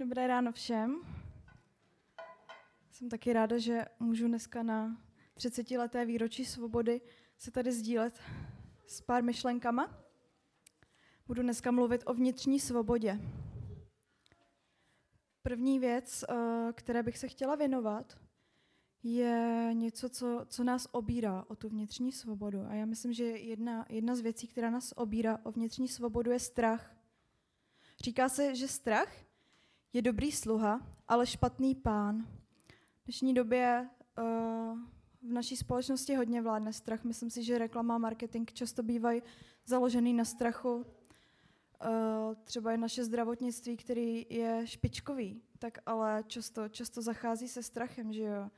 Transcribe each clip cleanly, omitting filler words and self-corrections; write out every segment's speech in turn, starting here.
Dobré ráno všem. Jsem taky ráda, že můžu dneska na 30leté výročí svobody se tady sdílet s pár myšlenkama. Budu dneska mluvit o vnitřní svobodě. První věc, které bych se chtěla věnovat, je něco, co nás obírá o tu vnitřní svobodu. A já myslím, že jedna z věcí, která nás obírá o vnitřní svobodu, je strach. Říká se, že strach je dobrý sluha, ale špatný pán. V dnešní době v naší společnosti hodně vládne strach. Myslím si, že reklama a marketing často bývají založený na strachu. Třeba je naše zdravotnictví, který je špičkový, tak ale často zachází se strachem, že jo.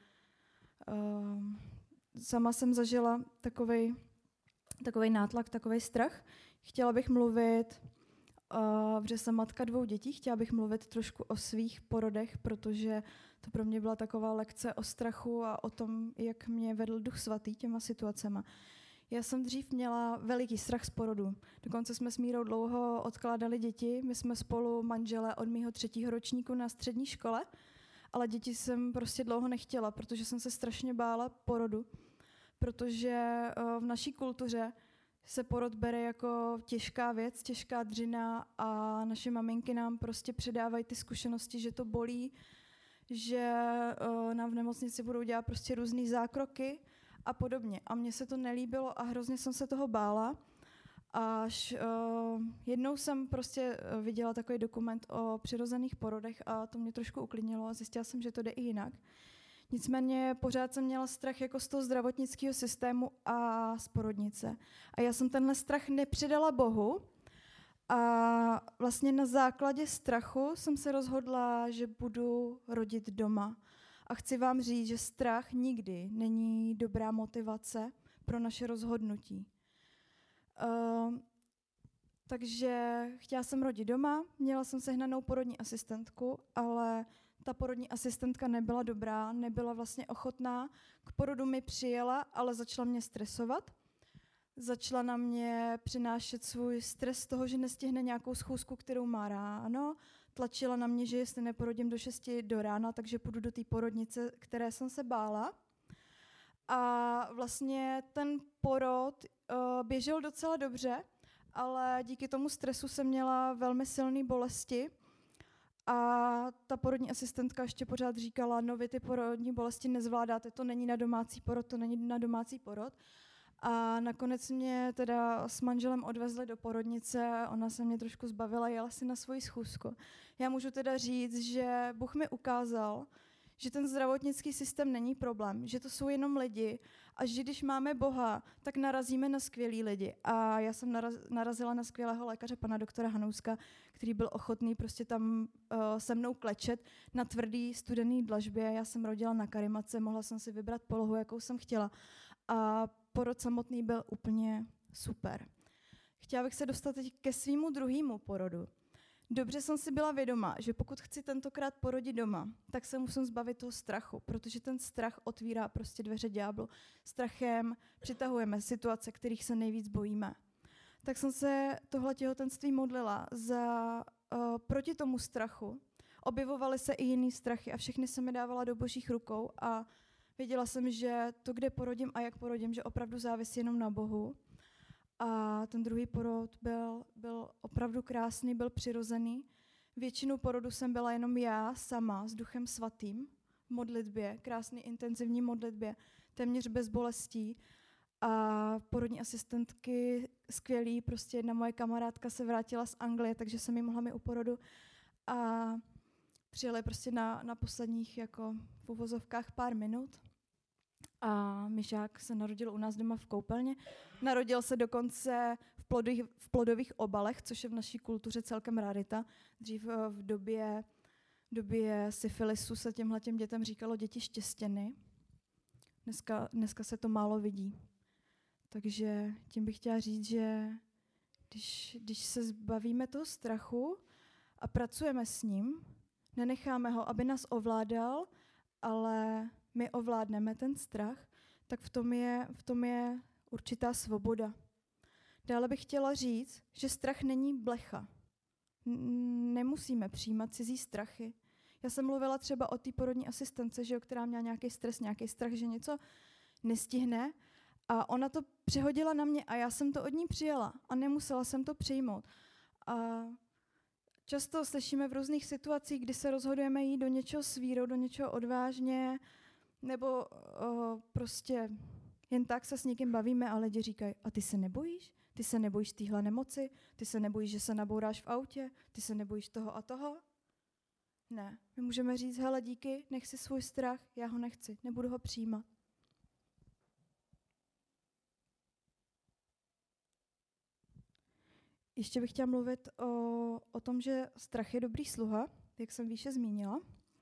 Sama jsem zažila takovej nátlak, takovej strach. Chtěla bych mluvit, protože jsem matka 2 dětí, chtěla bych mluvit trošku o svých porodech, protože to pro mě byla taková lekce o strachu a o tom, jak mě vedl Duch Svatý těma situacema. Já jsem dřív měla veliký strach z porodu. Dokonce jsme s Mírou dlouho odkládali děti. My jsme spolu manželé od mýho 3. ročníku na střední škole, ale děti jsem prostě dlouho nechtěla, protože jsem se strašně bála porodu, protože v naší kultuře se porod bere jako těžká věc, těžká dřina a naše maminky nám prostě předávají ty zkušenosti, že to bolí, že nám v nemocnici budou dělat prostě různý zákroky a podobně. A mně se to nelíbilo a hrozně jsem se toho bála. Až jednou jsem prostě viděla takový dokument o přirozených porodech a to mě trošku uklidnilo a zjistila jsem, že to jde i jinak. Nicméně pořád jsem měla strach jako z toho zdravotnického systému a z porodnice. A já jsem tenhle strach nepředala Bohu a vlastně na základě strachu jsem se rozhodla, že budu rodit doma. A chci vám říct, že strach nikdy není dobrá motivace pro naše rozhodnutí. Takže chtěla jsem rodit doma, měla jsem sehnanou porodní asistentku, ale ta porodní asistentka nebyla dobrá, nebyla vlastně ochotná. K porodu mi přijela, ale začala mě stresovat. Začala na mě přinášet svůj stres z toho, že nestihne nějakou schůzku, kterou má ráno. Tlačila na mě, že jestli neporodím do 6 do rána, takže půjdu do té porodnice, které jsem se bála. A vlastně ten porod běžel docela dobře, ale díky tomu stresu jsem měla velmi silné bolesti. A ta porodní asistentka ještě pořád říkala, no vy ty porodní bolesti nezvládáte, to není na domácí porod. A nakonec mě teda s manželem odvezli do porodnice, ona se mě trošku zbavila, jela si na svoji schůzku. Já můžu teda říct, že Bůh mi ukázal, že ten zdravotnický systém není problém, že to jsou jenom lidi a že když máme Boha, tak narazíme na skvělý lidi. A já jsem narazila na skvělého lékaře, pana doktora Hanouska, který byl ochotný prostě tam se mnou klečet na tvrdý studený dlažbě. Já jsem rodila na karimace, mohla jsem si vybrat polohu, jakou jsem chtěla. A porod samotný byl úplně super. Chtěla bych se dostat teď ke svému druhému porodu. Dobře jsem si byla vědoma, že pokud chci tentokrát porodit doma, tak se musím zbavit toho strachu, protože ten strach otvírá prostě dveře ďáblu. Strachem přitahujeme situace, kterých se nejvíc bojíme. Tak jsem se tohle těhotenství modlila proti tomu strachu. Objevovaly se i jiný strachy a všechny se mi dávala do Božích rukou a věděla jsem, že to, kde porodím a jak porodím, že opravdu závisí jenom na Bohu. A ten druhý porod byl opravdu krásný, byl přirozený. Většinu porodu jsem byla jenom já sama s Duchem Svatým v modlitbě, krásný intenzivní modlitbě, téměř bez bolestí. A porodní asistentky skvělý, prostě jedna moje kamarádka se vrátila z Anglie, takže jsem jí mohla mi u porodu. A přijeli prostě na posledních jako v uvozovkách pár minut. A Myšák se narodil u nás doma v koupelně. Narodil se dokonce v plodových obalech, což je v naší kultuře celkem rarita. Dřív v době syfilisu se těmhletěm dětem říkalo děti štěstěny. Dneska se to málo vidí. Takže tím bych chtěla říct, že když se zbavíme toho strachu a pracujeme s ním, nenecháme ho, aby nás ovládal, ale my ovládneme ten strach, tak v tom je určitá svoboda. Dále bych chtěla říct, že strach není blecha. nemusíme přijímat cizí strachy. Já jsem mluvila třeba o té porodní asistence, že jo, která měla nějaký stres, nějaký strach, že něco nestihne. A ona to přehodila na mě a já jsem to od ní přijala a nemusela jsem to přijmout. A často slyšíme v různých situacích, kdy se rozhodujeme jít do něčeho s vírou, do něčeho odvážně, nebo prostě jen tak se s někým bavíme a lidi říkají, a ty se nebojíš? Ty se nebojíš téhle nemoci? Ty se nebojíš, že se nabouráš v autě? Ty se nebojíš toho a toho? Ne. My můžeme říct, hele, díky, nech si svůj strach, já ho nechci, nebudu ho přijímat. Ještě bych chtěla mluvit o tom, že strach je dobrý sluha, jak jsem výše zmínila.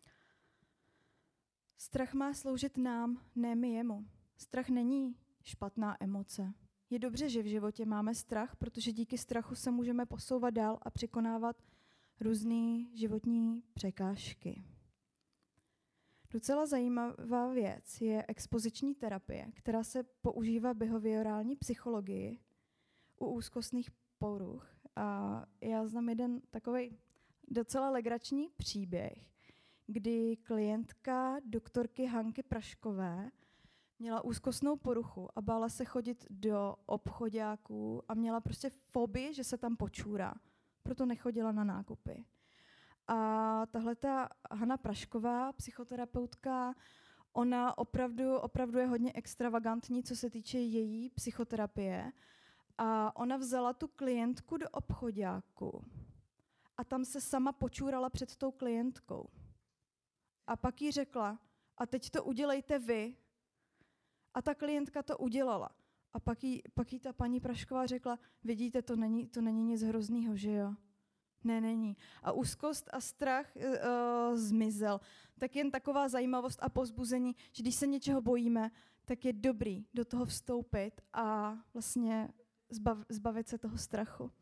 Strach má sloužit nám, ne my jemu. Strach není špatná emoce. Je dobře, že v životě máme strach, protože díky strachu se můžeme posouvat dál a překonávat různé životní překážky. Docela zajímavá věc je expoziční terapie, která se používá v behaviorální psychologii u úzkostných poruch. A já znám jeden takový docela legrační příběh, kdy klientka doktorky Hanky Praškové měla úzkostnou poruchu a bála se chodit do obchoďáků a měla prostě fobii, že se tam počůrá. Proto nechodila na nákupy. A tahleta Hana Prašková, psychoterapeutka, ona opravdu je hodně extravagantní, co se týče její psychoterapie. A ona vzala tu klientku do obchoďáku a tam se sama počůrala před tou klientkou. A pak jí řekla, a teď to udělejte vy. A ta klientka to udělala. A pak jí ta paní Prašková řekla, vidíte, to není nic hroznýho, že jo? Ne, není. A úzkost a strach zmizel. Tak jen taková zajímavost a povzbuzení, že když se něčeho bojíme, tak je dobrý do toho vstoupit a vlastně zbavit se toho strachu.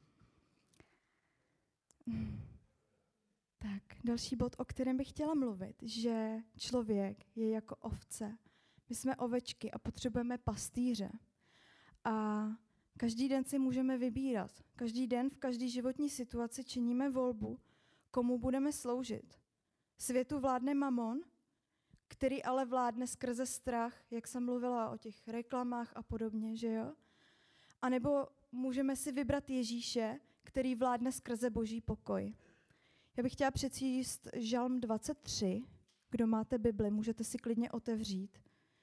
Tak, další bod, o kterém bych chtěla mluvit, že člověk je jako ovce. My jsme ovečky a potřebujeme pastýře. A každý den si můžeme vybírat. Každý den v každé životní situaci činíme volbu, komu budeme sloužit. Světu vládne mamon, který ale vládne skrze strach, jak jsem mluvila o těch reklamách a podobně, že jo? A nebo můžeme si vybrat Ježíše, který vládne skrze boží pokoj. Já bych chtěla přečíst Žalm 23. Kdo máte Bibli, můžete si klidně otevřít.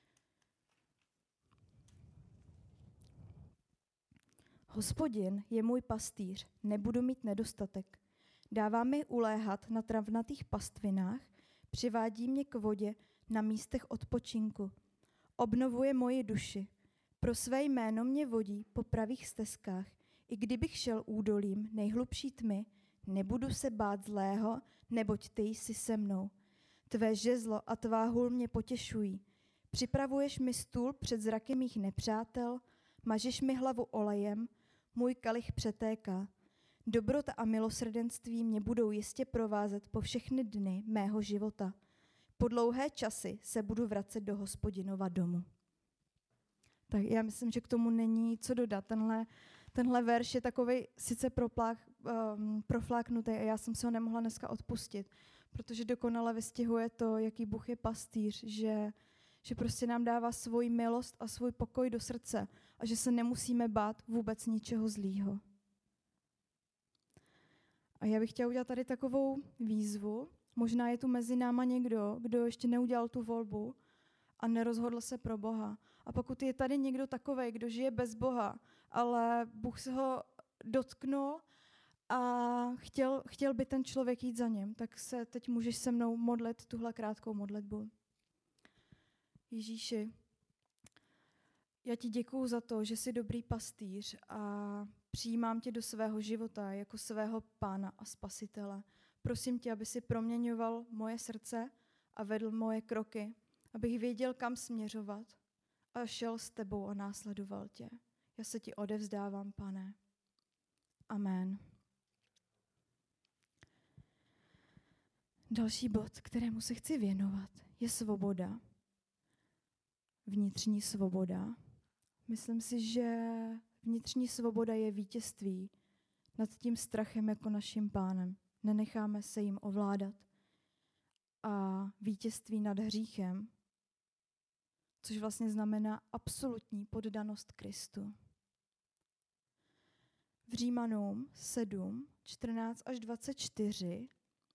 Hospodin je můj pastýř, nebudu mít nedostatek. Dává mi uléhat na travnatých pastvinách, přivádí mě k vodě na místech odpočinku. Obnovuje moji duši. Pro své jméno mě vodí po pravých stezkách. I kdybych šel údolím nejhlubší tmy, nebudu se bát zlého, neboť ty jsi se mnou. Tvé žezlo a tvá hůl mě potěšují. Připravuješ mi stůl před zraky mých nepřátel, mažeš mi hlavu olejem, můj kalich přetéká. Dobrota a milosrdenství mě budou jistě provázet po všechny dny mého života. Po dlouhé časy se budu vracet do Hospodinova domu. Tak já myslím, že k tomu není co dodat. Tenhle verš je takovej sice profláknutý a já jsem se ho nemohla dneska odpustit, protože dokonale vystihuje to, jaký Bůh je pastýř, že prostě nám dává svoji milost a svůj pokoj do srdce a že se nemusíme bát vůbec ničeho zlýho. A já bych chtěla udělat tady takovou výzvu. Možná je tu mezi náma někdo, kdo ještě neudělal tu volbu a nerozhodl se pro Boha. A pokud je tady někdo takovej, kdo žije bez Boha, ale Bůh se ho dotknul a chtěl by ten člověk jít za ním, tak se teď můžeš se mnou modlit tuhle krátkou modlitbu. Ježíši, já ti děkuju za to, že jsi dobrý pastýř a přijímám tě do svého života jako svého pána a spasitele. Prosím tě, aby si proměňoval moje srdce a vedl moje kroky, abych věděl, kam směřovat a šel s tebou a následoval tě. Já se ti odevzdávám, Pane. Amen. Další bod, kterému se chci věnovat, je svoboda. Vnitřní svoboda. Myslím si, že vnitřní svoboda je vítězství nad tím strachem jako naším pánem. Nenecháme se jim ovládat. A vítězství nad hříchem, což vlastně znamená absolutní poddanost Kristu. V Římanům 7, 14 až 24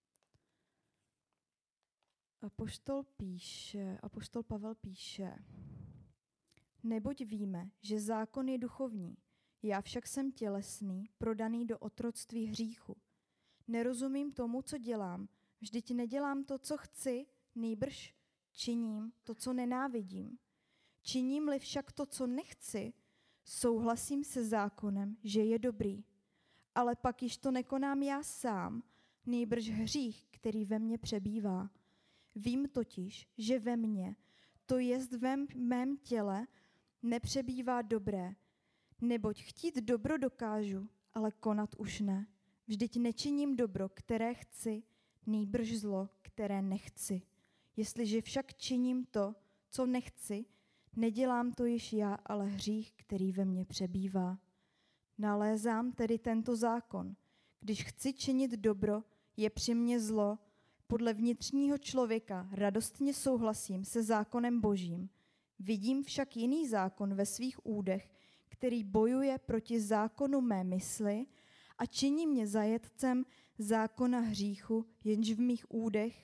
apoštol Pavel píše: Neboť víme, že zákon je duchovní, já však jsem tělesný, prodaný do otroctví hříchu. Nerozumím tomu, co dělám, vždyť nedělám to, co chci, nýbrž činím to, co nenávidím. Činím-li však to, co nechci, souhlasím se zákonem, že je dobrý. Ale pak již to nekonám já sám, nýbrž hřích, který ve mně přebývá. Vím totiž, že ve mně, to jest ve mém těle, nepřebývá dobré. Neboť chtít dobro dokážu, ale konat už ne. Vždyť nečiním dobro, které chci, nýbrž zlo, které nechci. Jestliže však činím to, co nechci, nedělám to již já, ale hřích, který ve mně přebývá. Nalézám tedy tento zákon. Když chci činit dobro, je při mně zlo. Podle vnitřního člověka radostně souhlasím se zákonem Božím. Vidím však jiný zákon ve svých údech, který bojuje proti zákonu mé mysli a činí mě zajetcem zákona hříchu, jenž v mých údech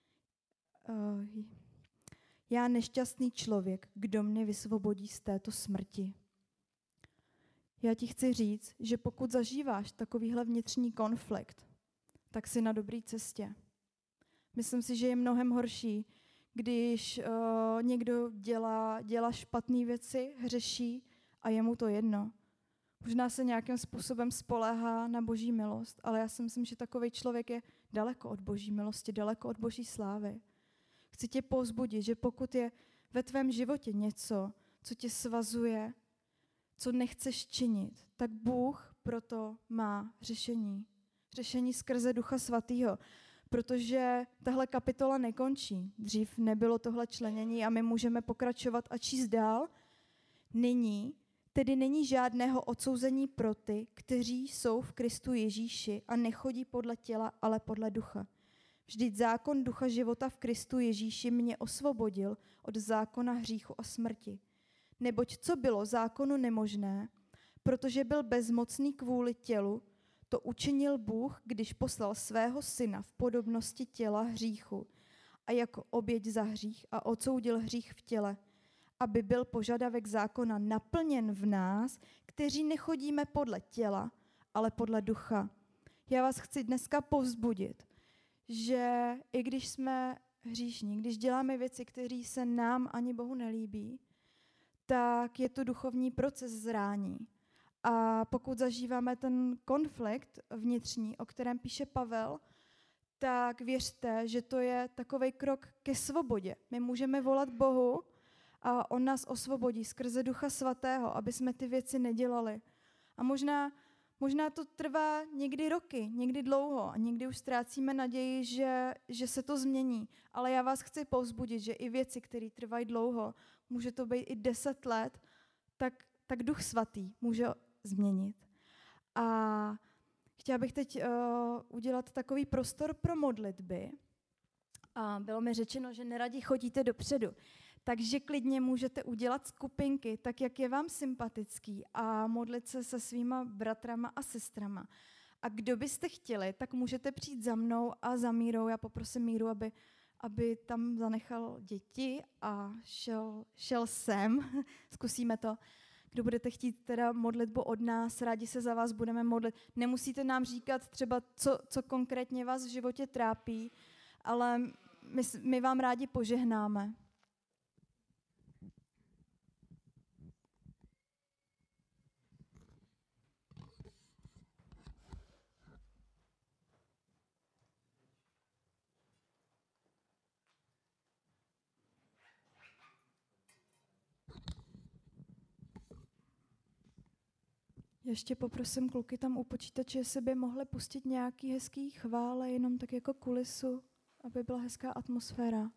já nešťastný člověk, kdo mě vysvobodí z této smrti. Já ti chci říct, že pokud zažíváš takovýhle vnitřní konflikt, tak jsi na dobré cestě. Myslím si, že je mnohem horší, když někdo dělá špatné věci, hřeší a je mu to jedno. Možná se nějakým způsobem spoléhá na Boží milost, ale já si myslím, že takový člověk je daleko od Boží milosti, daleko od Boží slávy. Chci tě povzbudit, že pokud je ve tvém životě něco, co tě svazuje, co nechceš činit, tak Bůh proto má řešení. Řešení skrze Ducha Svatého, protože tahle kapitola nekončí. Dřív nebylo tohle členění a my můžeme pokračovat a číst dál. Nyní tedy není žádného odsouzení pro ty, kteří jsou v Kristu Ježíši a nechodí podle těla, ale podle ducha. Vždyť zákon ducha života v Kristu Ježíši mě osvobodil od zákona hříchu a smrti. Neboť co bylo zákonu nemožné, protože byl bezmocný kvůli tělu, to učinil Bůh, když poslal svého syna v podobnosti těla hříchu a jako oběť za hřích a odsoudil hřích v těle, aby byl požadavek zákona naplněn v nás, kteří nechodíme podle těla, ale podle ducha. Já vás chci dneska povzbudit, že i když jsme hříšní, když děláme věci, které se nám ani Bohu nelíbí, tak je to duchovní proces zrání. A pokud zažíváme ten konflikt vnitřní, o kterém píše Pavel, tak věřte, že to je takovej krok ke svobodě. My můžeme volat Bohu a on nás osvobodí skrze Ducha Svatého, aby jsme ty věci nedělali. A možná to trvá někdy roky, někdy dlouho a někdy už ztrácíme naději, že se to změní. Ale já vás chci povzbudit, že i věci, které trvají dlouho, může to být i 10 let, tak Duch Svatý může změnit. A chtěla bych teď udělat takový prostor pro modlitby. A bylo mi řečeno, že neradi chodíte dopředu. Takže klidně můžete udělat skupinky, tak jak je vám sympatický a modlit se svýma bratrama a sestrama. A kdo byste chtěli, tak můžete přijít za mnou a za Mírou. Já poprosím Míru, aby tam zanechal děti a šel sem. Zkusíme to. Kdo budete chtít teda modlitbu od nás, rádi se za vás budeme modlit. Nemusíte nám říkat třeba, co konkrétně vás v životě trápí, ale my vám rádi požehnáme. Ještě poprosím kluky tam u počítače, jestli by mohli pustit nějaký hezký chvále, jenom tak jako kulisu, aby byla hezká atmosféra.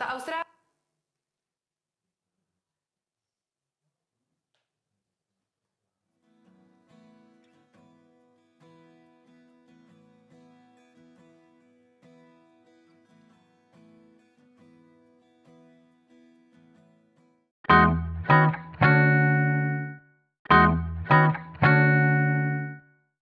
Austrálii